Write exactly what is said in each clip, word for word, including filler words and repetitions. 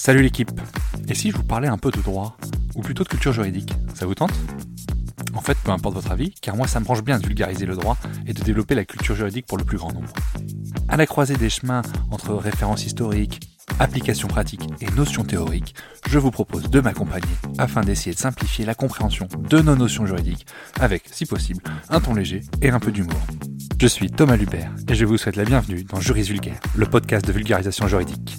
Salut l'équipe. Et si je vous parlais un peu de droit, ou plutôt de culture juridique, ça vous tente ? En fait, peu importe votre avis, car moi ça me branche bien de vulgariser le droit et de développer la culture juridique pour le plus grand nombre. À la croisée des chemins entre références historiques, applications pratiques et notions théoriques, je vous propose de m'accompagner afin d'essayer de simplifier la compréhension de nos notions juridiques avec, si possible, un ton léger et un peu d'humour. Je suis Thomas Lubert et je vous souhaite la bienvenue dans Juris Vulgaire, le podcast de vulgarisation juridique.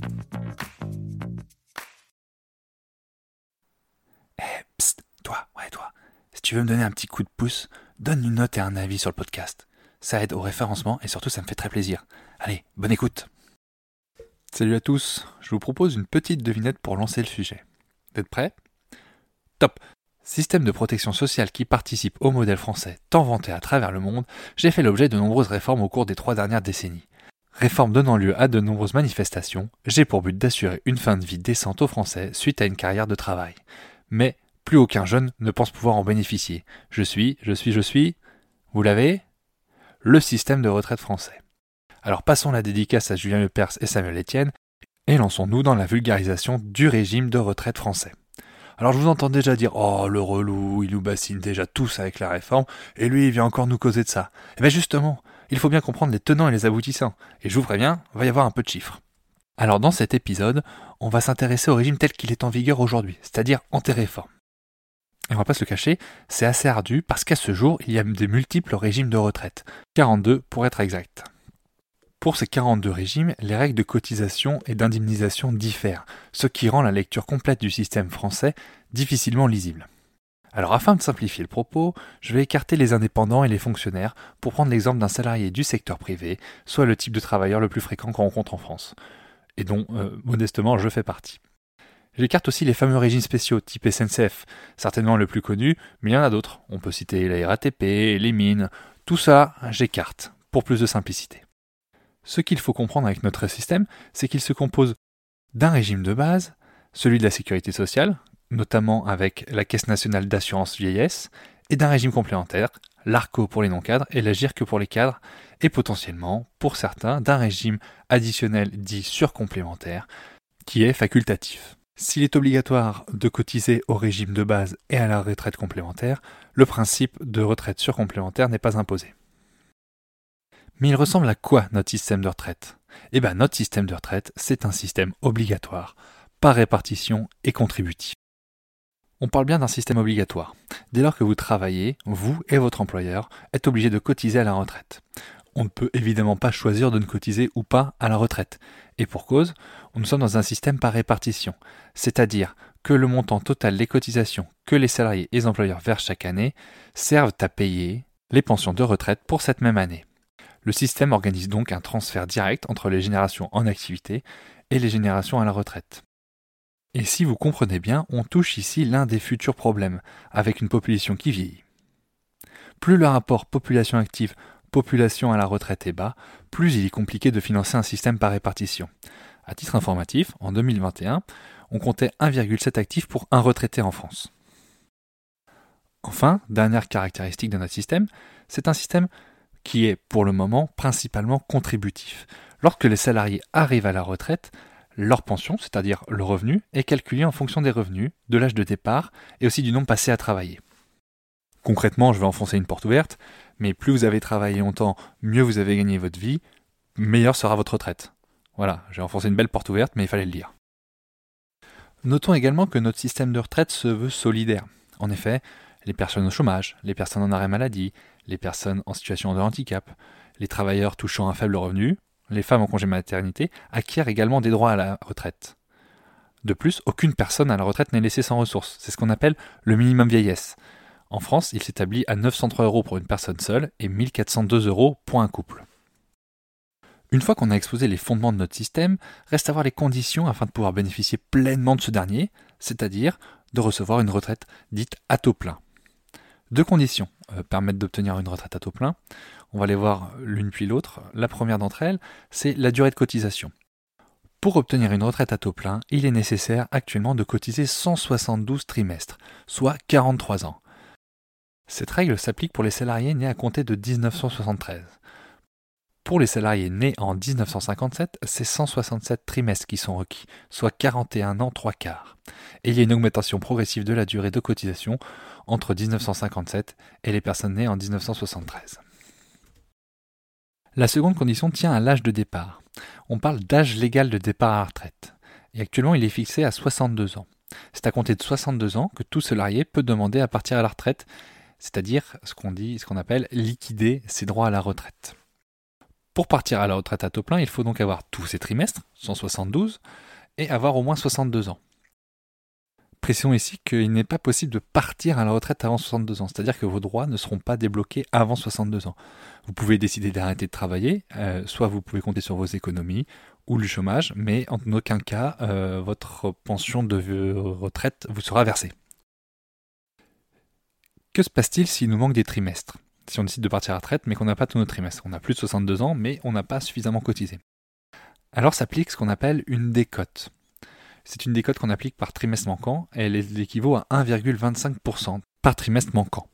Eh, psst, toi, ouais toi, si tu veux me donner un petit coup de pouce, donne une note et un avis sur le podcast. Ça aide au référencement et surtout ça me fait très plaisir. Allez, bonne écoute. Salut à tous, je vous propose une petite devinette pour lancer le sujet. Vous êtes prêts ? Top ! Système de protection sociale qui participe au modèle français tant vanté à travers le monde, j'ai fait l'objet de nombreuses réformes au cours des trois dernières décennies. Réformes donnant lieu à de nombreuses manifestations, j'ai pour but d'assurer une fin de vie décente aux Français suite à une carrière de travail. Mais plus aucun jeune ne pense pouvoir en bénéficier. Je suis, je suis, je suis... Vous l'avez ? Le système de retraite français. Alors passons la dédicace à Julien Lepers et Samuel Etienne et lançons-nous dans la vulgarisation du régime de retraite français. Alors je vous entends déjà dire « Oh, le relou, il nous bassine déjà tous avec la réforme, et lui il vient encore nous causer de ça. » Eh bien justement, il faut bien comprendre les tenants et les aboutissants, et je vous préviens, il va y avoir un peu de chiffres. Alors dans cet épisode, on va s'intéresser au régime tel qu'il est en vigueur aujourd'hui, c'est-à-dire anté-réforme. Et on va pas se le cacher, c'est assez ardu parce qu'à ce jour, il y a de multiples régimes de retraite, quarante-deux pour être exact. Pour ces quarante-deux régimes, les règles de cotisation et d'indemnisation diffèrent, ce qui rend la lecture complète du système français difficilement lisible. Alors afin de simplifier le propos, je vais écarter les indépendants et les fonctionnaires pour prendre l'exemple d'un salarié du secteur privé, soit le type de travailleur le plus fréquent qu'on rencontre en France, et dont, euh, modestement, je fais partie. J'écarte aussi les fameux régimes spéciaux type S N C F, certainement le plus connu, mais il y en a d'autres. On peut citer la R A T P, les mines, tout ça, j'écarte, pour plus de simplicité. Ce qu'il faut comprendre avec notre système, c'est qu'il se compose d'un régime de base, celui de la sécurité sociale, notamment avec la Caisse nationale d'assurance vieillesse, et d'un régime complémentaire, l'ARCO pour les non-cadres et la GIRC pour les cadres, et potentiellement, pour certains, d'un régime additionnel dit surcomplémentaire, qui est facultatif. S'il est obligatoire de cotiser au régime de base et à la retraite complémentaire, le principe de retraite surcomplémentaire n'est pas imposé. Mais il ressemble à quoi notre système de retraite ? Eh bien, notre système de retraite, c'est un système obligatoire, par répartition et contributif. On parle bien d'un système obligatoire. Dès lors que vous travaillez, vous et votre employeur êtes obligés de cotiser à la retraite. On ne peut évidemment pas choisir de ne cotiser ou pas à la retraite. Et pour cause, nous sommes dans un système par répartition, c'est-à-dire que le montant total des cotisations que les salariés et les employeurs versent chaque année servent à payer les pensions de retraite pour cette même année. Le système organise donc un transfert direct entre les générations en activité et les générations à la retraite. Et si vous comprenez bien, on touche ici l'un des futurs problèmes, avec une population qui vieillit. Plus le rapport population active population à la retraite est bas, plus il est compliqué de financer un système par répartition. À titre informatif, en deux mille vingt et un, on comptait un virgule sept actifs pour un retraité en France. Enfin, dernière caractéristique de notre système, c'est un système qui est pour le moment principalement contributif. Lorsque les salariés arrivent à la retraite, leur pension, c'est-à-dire le revenu, est calculée en fonction des revenus, de l'âge de départ et aussi du nombre passé à travailler. Concrètement, je vais enfoncer une porte ouverte, mais plus vous avez travaillé longtemps, mieux vous avez gagné votre vie, meilleure sera votre retraite. Voilà, j'ai enfoncé une belle porte ouverte, mais il fallait le dire. Notons également que notre système de retraite se veut solidaire. En effet, les personnes au chômage, les personnes en arrêt maladie, les personnes en situation de handicap, les travailleurs touchant un faible revenu, les femmes en congé maternité acquièrent également des droits à la retraite. De plus, aucune personne à la retraite n'est laissée sans ressources. C'est ce qu'on appelle le minimum vieillesse. En France, il s'établit à neuf cent trois euros pour une personne seule et mille quatre cent deux euros pour un couple. Une fois qu'on a exposé les fondements de notre système, reste à voir les conditions afin de pouvoir bénéficier pleinement de ce dernier, c'est-à-dire de recevoir une retraite dite à taux plein. Deux conditions euh, permettent d'obtenir une retraite à taux plein. On va les voir l'une puis l'autre. La première d'entre elles, c'est la durée de cotisation. Pour obtenir une retraite à taux plein, il est nécessaire actuellement de cotiser cent soixante-douze trimestres, soit quarante-trois ans. Cette règle s'applique pour les salariés nés à compter de dix-neuf cent soixante-treize. Pour les salariés nés en dix-neuf cent cinquante-sept, c'est cent soixante-sept trimestres qui sont requis, soit quarante et un ans trois quarts. Et il y a une augmentation progressive de la durée de cotisation entre dix-neuf cent cinquante-sept et les personnes nées en dix-neuf cent soixante-treize. La seconde condition tient à l'âge de départ. On parle d'âge légal de départ à la retraite. Et actuellement, il est fixé à soixante-deux ans. C'est à compter de soixante-deux ans que tout salarié peut demander à partir à la retraite, c'est-à-dire ce qu'on dit, ce qu'on appelle liquider ses droits à la retraite. Pour partir à la retraite à taux plein, il faut donc avoir tous ses trimestres, cent soixante-douze, et avoir au moins soixante-deux ans. Précisons ici qu'il n'est pas possible de partir à la retraite avant soixante-deux ans, c'est-à-dire que vos droits ne seront pas débloqués avant soixante-deux ans. Vous pouvez décider d'arrêter de travailler, euh, soit vous pouvez compter sur vos économies ou le chômage, mais en aucun cas euh, votre pension de retraite vous sera versée. Que se passe-t-il s'il nous manque des trimestres ? Si on décide de partir à la retraite mais qu'on n'a pas tous nos trimestres, on a plus de soixante-deux ans mais on n'a pas suffisamment cotisé. Alors s'applique ce qu'on appelle une décote. C'est une décote qu'on applique par trimestre manquant et elle équivaut à un virgule vingt-cinq pour cent par trimestre manquant.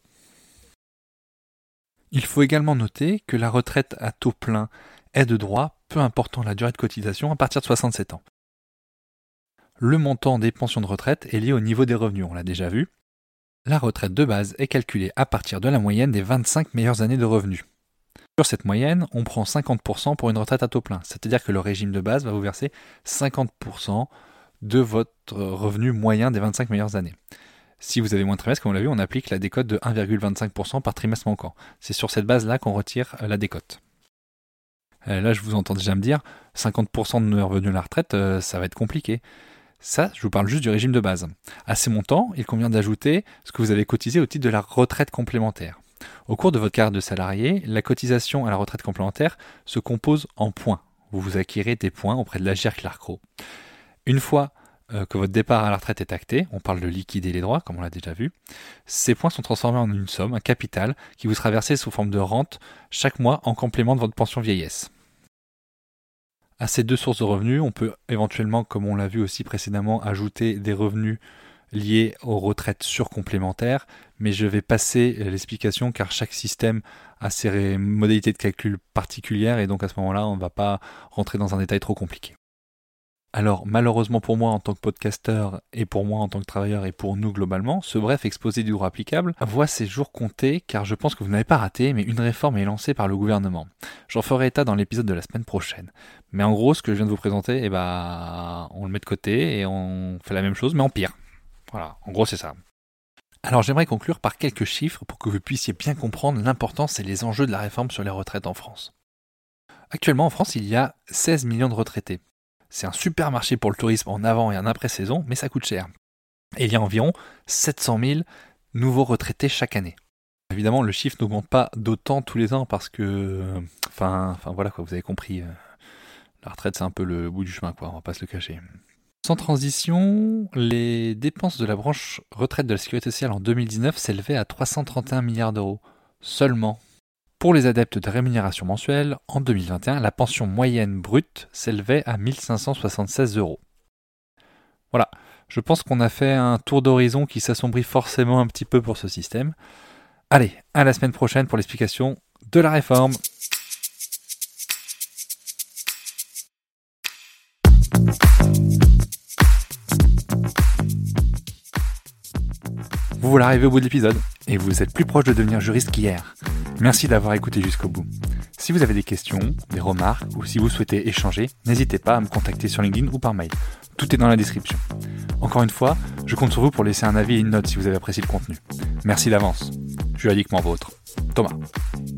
Il faut également noter que la retraite à taux plein est de droit, peu important la durée de cotisation, à partir de soixante-sept ans. Le montant des pensions de retraite est lié au niveau des revenus, on l'a déjà vu. La retraite de base est calculée à partir de la moyenne des vingt-cinq meilleures années de revenus. Sur cette moyenne, on prend cinquante pour cent pour une retraite à taux plein, c'est-à-dire que le régime de base va vous verser cinquante pour cent de votre revenu moyen des vingt-cinq meilleures années. Si vous avez moins de trimestres, comme on l'a vu, on applique la décote de un virgule vingt-cinq pour cent par trimestre manquant. C'est sur cette base-là qu'on retire la décote. Là, je vous entends déjà me dire, cinquante pour cent de nos revenus à la retraite, ça va être compliqué. Ça, je vous parle juste du régime de base. À ces montants, il convient d'ajouter ce que vous avez cotisé au titre de la retraite complémentaire. Au cours de votre carrière de salarié, la cotisation à la retraite complémentaire se compose en points. Vous vous acquérez des points auprès de l'A G R Clarcro. Une fois euh, que votre départ à la retraite est acté, on parle de liquider les droits, comme on l'a déjà vu, ces points sont transformés en une somme, un capital, qui vous sera versé sous forme de rente chaque mois en complément de votre pension vieillesse. À ces deux sources de revenus, on peut éventuellement, comme on l'a vu aussi précédemment, ajouter des revenus liés aux retraites surcomplémentaires, mais je vais passer l'explication car chaque système a ses modalités de calcul particulières et donc à ce moment-là, on ne va pas rentrer dans un détail trop compliqué. Alors malheureusement pour moi en tant que podcasteur et pour moi en tant que travailleur et pour nous globalement, ce bref exposé du droit applicable voit ses jours comptés car je pense que vous n'avez pas raté mais une réforme est lancée par le gouvernement. J'en ferai état dans l'épisode de la semaine prochaine. Mais en gros ce que je viens de vous présenter, eh ben, on le met de côté et on fait la même chose mais en pire. Voilà, en gros c'est ça. Alors j'aimerais conclure par quelques chiffres pour que vous puissiez bien comprendre l'importance et les enjeux de la réforme sur les retraites en France. Actuellement en France il y a seize millions de retraités. C'est un super marché pour le tourisme en avant et en après-saison, mais ça coûte cher. Et il y a environ sept cent mille nouveaux retraités chaque année. Évidemment, le chiffre n'augmente pas d'autant tous les ans parce que... Enfin, enfin voilà quoi, vous avez compris. La retraite, c'est un peu le bout du chemin, quoi, on va pas se le cacher. Sans transition, les dépenses de la branche retraite de la Sécurité sociale en deux mille dix-neuf s'élevaient à trois cent trente et un milliards d'euros. Seulement. Pour les adeptes de rémunération mensuelle, en deux mille vingt et un, la pension moyenne brute s'élevait à mille cinq cent soixante-seize euros. Voilà, je pense qu'on a fait un tour d'horizon qui s'assombrit forcément un petit peu pour ce système. Allez, à la semaine prochaine pour l'explication de la réforme. Vous voilà arrivé au bout de l'épisode, et vous êtes plus proche de devenir juriste qu'hier. Merci d'avoir écouté jusqu'au bout. Si vous avez des questions, des remarques, ou si vous souhaitez échanger, n'hésitez pas à me contacter sur LinkedIn ou par mail. Tout est dans la description. Encore une fois, je compte sur vous pour laisser un avis et une note si vous avez apprécié le contenu. Merci d'avance. Juridiquement vôtre. Thomas.